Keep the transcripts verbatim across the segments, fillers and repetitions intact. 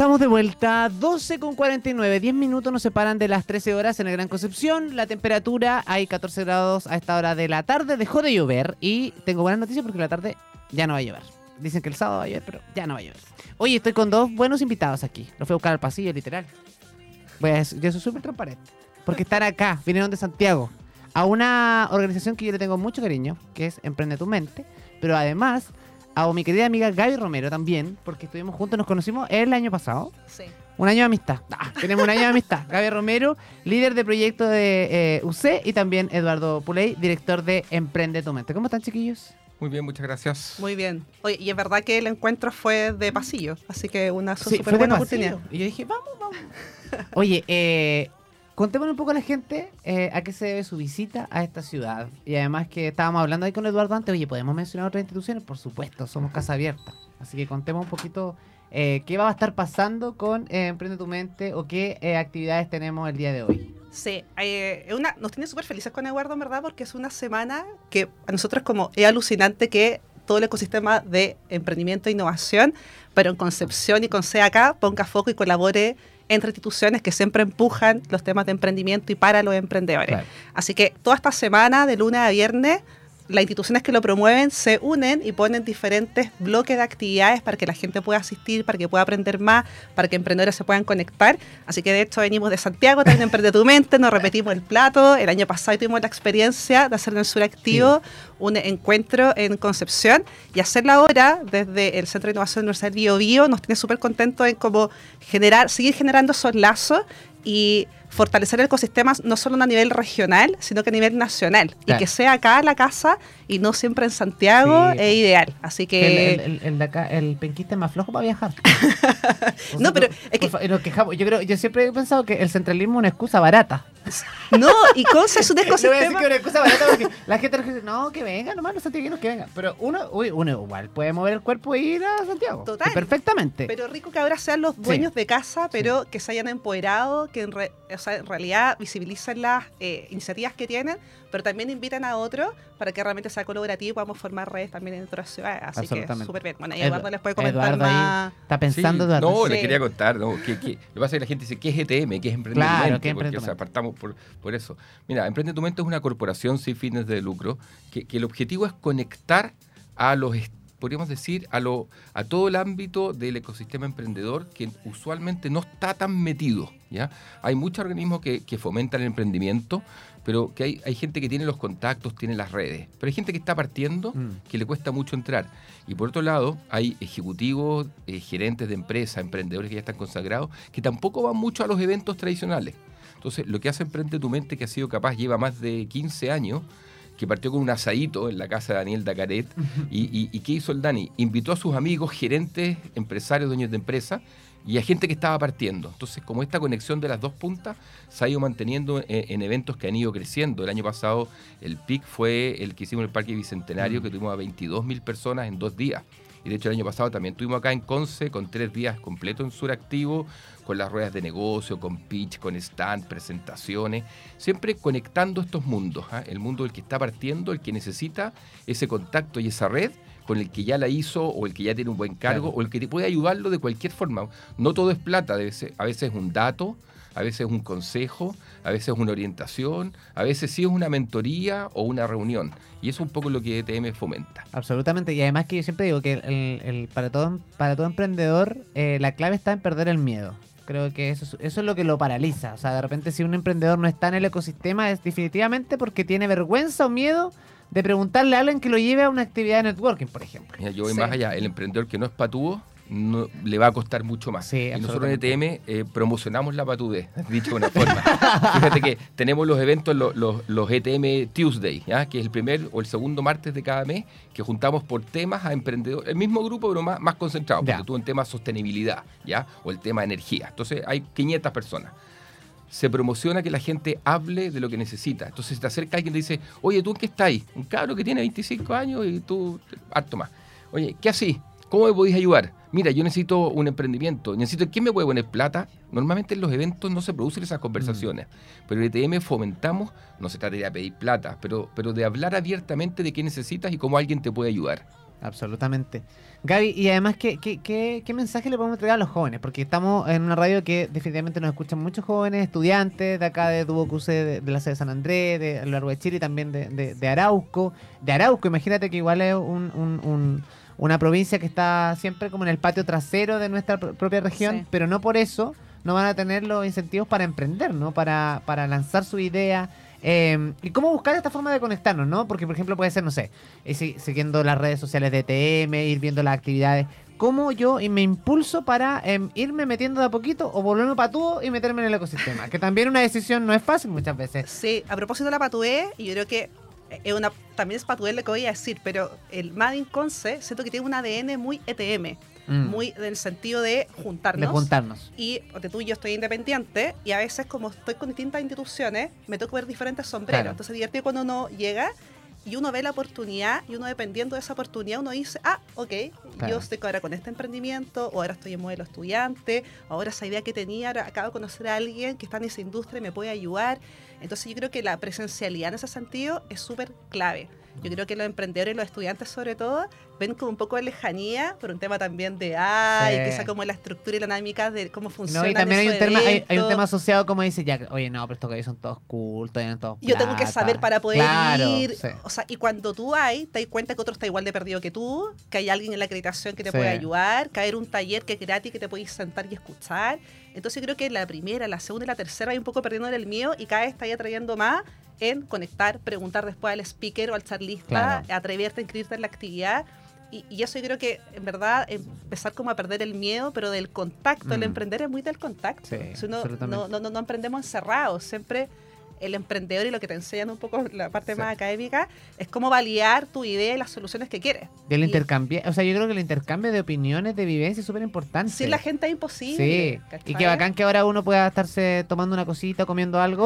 Estamos de vuelta, doce con cuarenta y nueve, diez minutos nos separan de las trece horas en el Gran Concepción. La temperatura, hay catorce grados a esta hora de la tarde, dejó de llover y tengo buenas noticias porque la tarde ya no va a llover. Dicen que el sábado va a llover, pero ya no va a llover. Oye, estoy con dos buenos invitados aquí, los fui a buscar al pasillo, literal. Voy a, yo soy súper transparente, porque están acá, vinieron de Santiago, a una organización que yo le tengo mucho cariño, que es Emprende tu Mente, pero además a mi querida amiga Gaby Romero también, porque estuvimos juntos, nos conocimos el año pasado. Sí. Un año de amistad. Ah, tenemos un año de amistad. Gaby Romero, líder de proyecto de eh, U C, y también Eduardo Puley, director de Emprende tu Mente. ¿Cómo están, chiquillos? Muy bien, muchas gracias. Muy bien. Oye, y es verdad que el encuentro fue de pasillo, así que una Sí, súper fue de buena pasillo. oportunidad. Y yo dije, vamos, vamos. Oye, eh, contémosle un poco a la gente eh, a qué se debe su visita a esta ciudad. Y además que estábamos hablando ahí con Eduardo antes, oye, ¿podemos mencionar otras instituciones? Por supuesto, somos casa abierta. Así que contemos un poquito eh, qué va a estar pasando con eh, Emprende tu Mente o qué eh, actividades tenemos el día de hoy. Sí, eh, es una, nos tiene súper felices con Eduardo, en verdad, porque es una semana que a nosotros como es alucinante que todo el ecosistema de emprendimiento e innovación, pero en Concepción y con C acá, ponga foco y colabore entre instituciones que siempre empujan los temas de emprendimiento y para los emprendedores. Claro. Así que toda esta semana, de lunes a viernes, las instituciones que lo promueven se unen y ponen diferentes bloques de actividades para que la gente pueda asistir, para que pueda aprender más, para que emprendedores se puedan conectar. Así que de hecho venimos de Santiago, también Emprende tu Mente, nos repetimos el plato. El año pasado tuvimos la experiencia de hacer en el Sur Activo sí. un encuentro en Concepción y hacerlo ahora desde el Centro de Innovación Universidad Bio Bio nos tiene súper contentos en cómo generar, seguir generando esos lazos y fortalecer el ecosistema no solo a nivel regional, sino que a nivel nacional. Claro. Y que sea acá la casa y no siempre en Santiago, sí, es ideal. Así que... El, el, el, el, de acá, el penquista es más flojo para viajar. no, pero... Es que... Fa- nos quejamos. Yo, creo, yo siempre he pensado que el centralismo es una excusa barata. No, y Conce es un ecosistema... No voy a decir que es una excusa barata porque la gente dice, no, que vengan nomás los santiaguinos, que vengan. Pero uno, uy, uno igual puede mover el cuerpo e ir a Santiago. Total. Y perfectamente. Pero rico que ahora sean los dueños sí. de casa, pero sí. que se hayan empoderado, que en, re, o sea, en realidad visibilicen las eh, iniciativas que tienen, pero también invitan a otros para que realmente sea colaborativo y podamos formar redes también en otras ciudades. Así que súper bien. Bueno, y Eduardo Edu- les puede comentar Eduardo más. Está pensando, sí, Eduardo. No, sí. le quería contar. No, que, que, lo que pasa es que la gente dice, ¿qué es E T M? ¿Qué es Emprende tu Claro, Mente? ¿qué es Emprende Porque tu o sea, partamos por, por eso. Mira, Emprende tu Mente es una corporación sin fines de lucro que, que el objetivo es conectar a los podríamos decir, a, lo, a todo el ámbito del ecosistema emprendedor que usualmente no está tan metido, ¿ya? Hay muchos organismos que, que fomentan el emprendimiento, pero que hay, hay gente que tiene los contactos, tiene las redes, pero hay gente que está partiendo mm. que le cuesta mucho entrar. Y por otro lado, hay ejecutivos, eh, gerentes de empresas, emprendedores que ya están consagrados, que tampoco van mucho a los eventos tradicionales. Entonces, lo que hace Emprende tu Mente, que ha sido capaz, lleva más de quince años, que partió con un asadito en la casa de Daniel Dacaret. Uh-huh. y, y, ¿Y qué hizo el Dani? Invitó a sus amigos, gerentes, empresarios, dueños de empresas, y a gente que estaba partiendo. Entonces, como esta conexión de las dos puntas se ha ido manteniendo en, en eventos que han ido creciendo. El año pasado, el pic fue el que hicimos en el Parque Bicentenario, uh-huh. que tuvimos a veintidós mil personas en dos días. Y de hecho, el año pasado también estuvimos acá en Conce con tres días completos en Sur Activo, con las ruedas de negocio, con pitch, con stand, presentaciones, siempre conectando estos mundos, ¿eh? El mundo del que está partiendo, el que necesita ese contacto y esa red con el que ya la hizo o el que ya tiene un buen cargo, claro. o el que te puede ayudarlo de cualquier forma. No todo es plata, debe ser, a veces es un dato, a veces es un consejo, a veces es una orientación, a veces sí es una mentoría o una reunión. Y eso es un poco lo que E T M fomenta. Absolutamente. Y además que yo siempre digo que el, el, para, todo, para todo emprendedor eh, la clave está en perder el miedo. Creo que eso, eso es lo que lo paraliza. O sea, de repente si un emprendedor no está en el ecosistema es definitivamente porque tiene vergüenza o miedo de preguntarle a alguien que lo lleve a una actividad de networking, por ejemplo. Mira, yo voy sí. más allá. El emprendedor que no es patúo, no, le va a costar mucho más. Sí, y nosotros en E T M eh, promocionamos la patudez, dicho de una forma. Fíjate que tenemos los eventos, los, los, los E T M Tuesday, ¿ya? Que es el primer o el segundo martes de cada mes, que juntamos por temas a emprendedores, el mismo grupo, pero más, más concentrado, porque tú en tema sostenibilidad, ¿ya? O el tema energía. Entonces hay quinientas personas. Se promociona que la gente hable de lo que necesita. Entonces se te acerca alguien y te dice, oye, ¿tú en qué estás ahí? Un cabro que tiene veinticinco años y tú, harto más. Oye, ¿qué así? ¿Cómo me podéis ayudar? Mira, yo necesito un emprendimiento, necesito, ¿quién me puede poner plata? Normalmente en los eventos no se producen esas conversaciones, mm. pero en E T M fomentamos, no se trata de pedir plata, pero, pero de hablar abiertamente de qué necesitas y cómo alguien te puede ayudar. Absolutamente. Gaby, y además, ¿qué, qué, qué, qué mensaje le podemos entregar a los jóvenes? Porque estamos en una radio que definitivamente nos escuchan muchos jóvenes, estudiantes de acá de Duo Q C, de, de la sede de San Andrés, de a lo largo de Chile y también de, de, de Arauco. De Arauco, imagínate que igual es un, un, un, una provincia que está siempre como en el patio trasero de nuestra pr- propia región, Sí. pero no por eso no van a tener los incentivos para emprender, ¿no? Para, para lanzar su idea. Eh, y cómo buscar esta forma de conectarnos, ¿no? Porque, por ejemplo, puede ser, no sé, eh, si- siguiendo las redes sociales de T M, ir viendo las actividades. ¿Cómo yo y me impulso para eh, irme metiendo de a poquito o volverme patúo y meterme en el ecosistema? Que también una decisión no es fácil muchas veces. Sí, a propósito de la patué, y yo creo que es una, también es patué lo que voy a decir, pero el Made in Conce siento que tiene un A D N muy E T M, Mm, muy en el sentido de juntarnos. de juntarnos. Y de tú y yo estoy independiente y a veces como estoy con distintas instituciones me toca ver diferentes sombreros. Claro. Entonces es divertido cuando uno llega y uno ve la oportunidad y uno dependiendo de esa oportunidad uno dice, ah, ok, Claro. yo estoy ahora con este emprendimiento o ahora estoy en modelo estudiante, ahora esa idea que tenía, ahora acabo de conocer a alguien que está en esa industria y me puede ayudar. Entonces yo creo que la presencialidad en ese sentido es súper clave. Yo creo que los emprendedores y los estudiantes sobre todo ven como un poco de lejanía por un tema también de ay, Sí. quizá como la estructura y la dinámica de cómo funciona. No, y también hay un, tema, hay, hay un tema asociado como dice, ya, oye, no, pero estos gallos son todos cultos, tienen todos Yo tengo que plata. saber para poder Claro, ir. sí. O sea, y cuando tú hay, te das cuenta que otro está igual de perdido que tú, que hay alguien en la acreditación que te Sí. puede ayudar, que hay un taller que es gratis que te puedes sentar y escuchar. Entonces creo que la primera, la segunda y la tercera hay un poco perdiendo el miedo y cada vez está ahí atrayendo más en conectar, preguntar después al speaker o al charlista, Claro. atreverte a inscribirte en la actividad. Y, y eso yo creo que, en verdad, empezar como a perder el miedo, pero del contacto. El Mm. emprender es muy del contacto. Sí, Si uno- absolutamente. no, no, no, no emprendemos encerrados. Siempre el emprendedor y lo que te enseñan un poco la parte Sí. más académica es cómo validar tu idea y las soluciones que quieres. Del Y intercambio, o sea, yo creo que el intercambio de opiniones, de vivencia es súper importante. sin la gente es imposible. Sí, ¿cachai? y qué bacán que ahora uno pueda estarse tomando una cosita, comiendo algo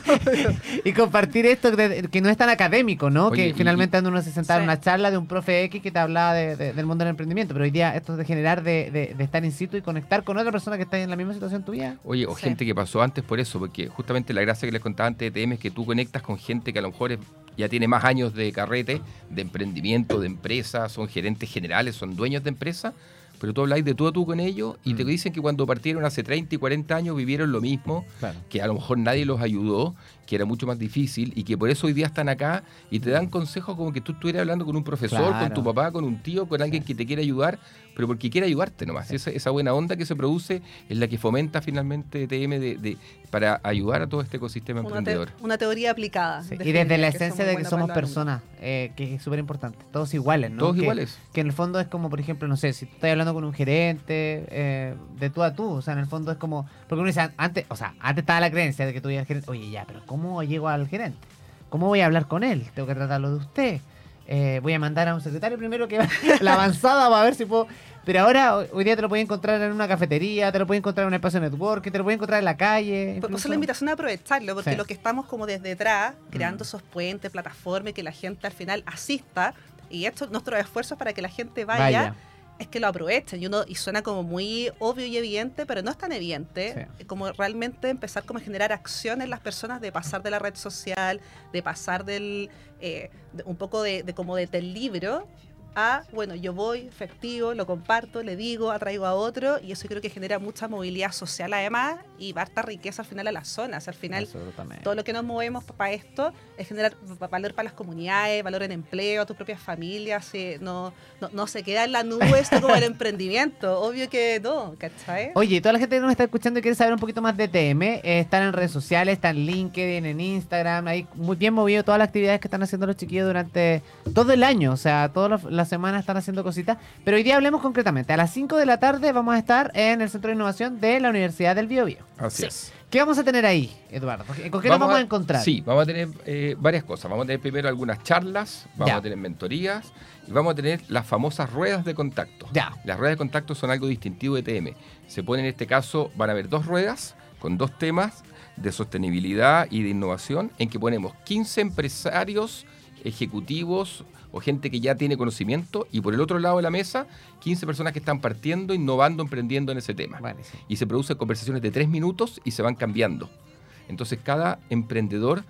y compartir esto de- que no es tan académico, ¿no? Oye, que y- finalmente uno se sentaba en Sí. una charla de un profe X que te hablaba de- de- del mundo del emprendimiento, pero hoy día esto de generar, de, de- de estar in situ y conectar con otra persona que está en la misma situación tuya. Oye, o Sí. gente que pasó antes por eso, porque justamente la gracia que les contaba antes de T M es que tú conectas con gente que a lo mejor es- ya tiene más años de carrete, de emprendimiento, de empresa, son gerentes generales, son dueños de empresa, pero tú habláis de tú a tú con ellos y te Mm. dicen que cuando partieron hace treinta y cuarenta años vivieron lo mismo, Claro. que a lo mejor nadie los ayudó, que era mucho más difícil y que por eso hoy día están acá y te dan consejos como que tú estuvieras hablando con un profesor, Claro. con tu papá, con un tío, con alguien que te quiere ayudar, pero porque quiere ayudarte nomás. Esa, esa buena onda que se produce es la que fomenta finalmente T M de, de- para ayudar a todo este ecosistema Una, te- emprendedor. una teoría aplicada. Sí, y definitiva, desde la que esencia muy de que buenos somos para el alumno. personas, eh, que es súper importante, todos iguales, ¿no? Todos que, iguales. Que en el fondo es como, por ejemplo, no sé, si tú estás hablando con un gerente, eh, de tú a tú, o sea, en el fondo es como, porque uno dice, antes, o sea, antes estaba la creencia de que tú ibas al gerente, oye, ya, pero ¿cómo llego al gerente? ¿Cómo voy a hablar con él? Tengo que tratarlo de usted. Eh, voy a mandar a un secretario primero que va la avanzada para ver si puedo. Pero ahora, hoy hoy día te lo puedes encontrar en una cafetería, te lo puedes encontrar en un espacio de network, te lo puedes encontrar en la calle. Por eso incluso. la invitación a aprovecharlo, porque Sí. lo que estamos como desde detrás, creando Mm. esos puentes, plataformas, que la gente al final asista, y esto nuestros esfuerzos para que la gente vaya, Vaya. es que lo aprovechen. Y, uno, y suena como muy obvio y evidente, pero no es tan evidente, Sí. como realmente empezar como a generar acción en las personas de pasar de la red social, de pasar del eh, de- un poco de, de como de, del libro a, bueno, yo voy, efectivo, lo comparto, le digo, atraigo a otro, y eso creo que genera mucha movilidad social además y harta riqueza al final a las zonas. Al final, Absolutamente. todo lo que nos movemos para esto es generar va- valor para las comunidades, valor en empleo, a tus propias familias. eh, no, no, no se queda en la nube esto como el emprendimiento. Obvio que no, ¿cachai? Oye, toda la gente que nos está escuchando y quiere saber un poquito más de T M, eh, están en redes sociales, están en LinkedIn, en Instagram, ahí muy bien movido todas las actividades que están haciendo los chiquillos durante todo el año, o sea, todas las semanas están haciendo cositas, pero hoy día hablemos concretamente. A las cinco de la tarde vamos a estar en el Centro de Innovación de la Universidad del Biobío. Así Sí. es. ¿Qué vamos a tener ahí, Eduardo? ¿Con qué nos vamos a encontrar? Sí, vamos a tener eh, varias cosas. Vamos a tener primero algunas charlas, vamos Ya. a tener mentorías y vamos a tener las famosas ruedas de contacto. Ya. Las ruedas de contacto son algo distintivo de T M. Se pone en este caso, van a haber dos ruedas con dos temas de sostenibilidad y de innovación en que ponemos quince empresarios, ejecutivos o gente que ya tiene conocimiento y por el otro lado de la mesa quince personas que están partiendo, innovando, emprendiendo en ese tema. Buenísimo. Y se producen conversaciones de tres minutos y se van cambiando. Entonces cada emprendedor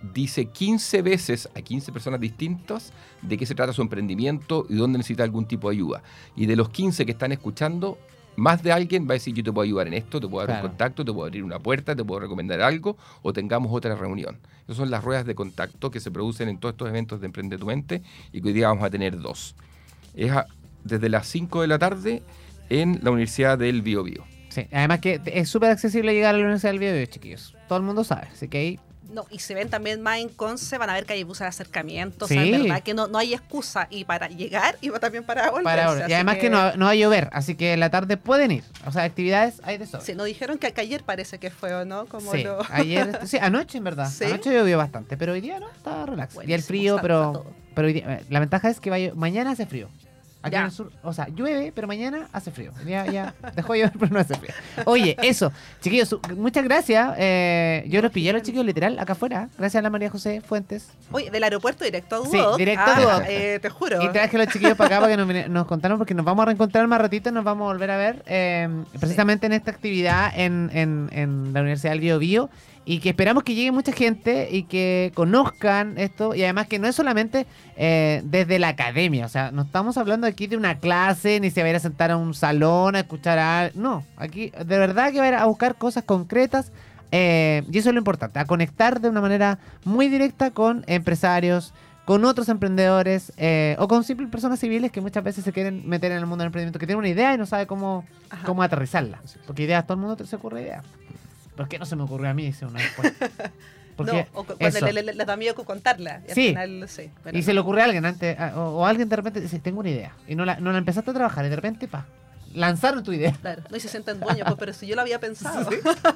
dice quince veces a quince personas distintas de qué se trata su emprendimiento y dónde necesita algún tipo de ayuda. Y de los quince que están escuchando, más de alguien va a decir, yo te puedo ayudar en esto, te puedo dar Claro. un contacto, te puedo abrir una puerta, te puedo recomendar algo, o tengamos otra reunión. Esas son las ruedas de contacto que se producen en todos estos eventos de Emprende tu Mente, y que hoy día vamos a tener dos. Es a- desde las cinco de la tarde en la Universidad del Bío Bío. Sí, además que es súper accesible llegar a la Universidad del Biobío, chiquillos. Todo el mundo sabe, así que ahí... No, y se ven también más en Conce, van a ver que hay buses de acercamiento, Sí. o sea, en verdad que no, no hay excusa y para llegar y también para volver. Para ahora. Y además que, no, no va a llover, así que en la tarde pueden ir. O sea, actividades hay de sobra. Sí, nos dijeron que, que ayer parece que fue, ¿o no? Como Sí, lo... ayer, sí, anoche en verdad. ¿Sí? Anoche llovió bastante, pero hoy día no, está relax. Y el Buenísimo, frío, está- pero, está todo. pero hoy día- eh, la ventaja es que va a llo- mañana hace frío. Aquí Ya. en el sur, o sea, llueve, pero mañana hace frío. Ya, ya dejó de llover, pero no hace frío. Oye, eso, chiquillos, su- muchas gracias. Eh, yo los pillé a los chiquillos literal acá afuera. Gracias a la María José Fuentes. Oye, del aeropuerto directo a Sí, Duoc. directo a Ah, Duoc. eh, te juro. Y traje a los chiquillos para acá para que nos, vine- nos contaron, porque nos vamos a reencontrar más ratito, nos vamos a volver a ver eh, precisamente en esta actividad en, en, en la Universidad del Bío Bío, y que esperamos que llegue mucha gente y que conozcan esto, y además que no es solamente eh, desde la academia, o sea, no estamos hablando aquí de una clase, ni se va a ir a sentar a un salón a escuchar a... No, aquí de verdad que va a ir a buscar cosas concretas. Eh, y eso es lo importante, a conectar de una manera muy directa con empresarios, con otros emprendedores eh, o con simples personas civiles que muchas veces se quieren meter en el mundo del emprendimiento, que tienen una idea y no sabe cómo, Ajá. cómo aterrizarla. Porque ideas, todo el mundo se ocurre ideas. ¿Por qué no se me ocurrió a mí? Dice uno después. Porque No, o cu- cuando eso. le, le, le- les da miedo contarla. Y al Sí. final, sí, pero Y no. se le ocurre a alguien antes, a- o, o alguien de repente dice, tengo una idea. Y no la, no la empezaste a trabajar y de repente, pa, lanzaron tu idea. Claro, no, y se sienten dueños, pues, pero si yo lo había pensado.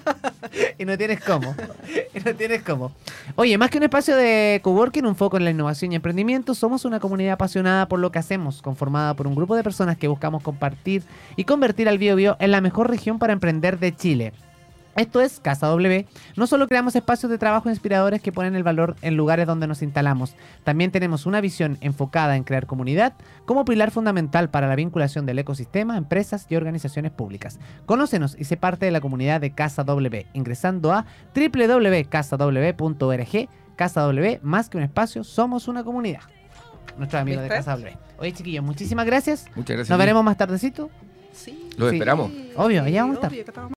Y no tienes cómo. Y no tienes cómo. Oye, más que un espacio de coworking, un foco en la innovación y emprendimiento, somos una comunidad apasionada por lo que hacemos, conformada por un grupo de personas que buscamos compartir y convertir al Bío Bío en la mejor región para emprender de Chile. Esto es Casa W. No solo creamos espacios de trabajo inspiradores que ponen el valor en lugares donde nos instalamos, también tenemos una visión enfocada en crear comunidad como pilar fundamental para la vinculación del ecosistema, empresas y organizaciones públicas. Conócenos y sé parte de la comunidad de Casa W ingresando a doble u doble u doble u punto casa w punto org. Casa W, más que un espacio, somos una comunidad. Nuestros amigos de ¿Viste? Casa W. Oye, chiquillos, muchísimas gracias. Muchas gracias. Nos veremos más tardecito. Sí. Los Sí. esperamos. Obvio, allá vamos a estar. obvio que estamos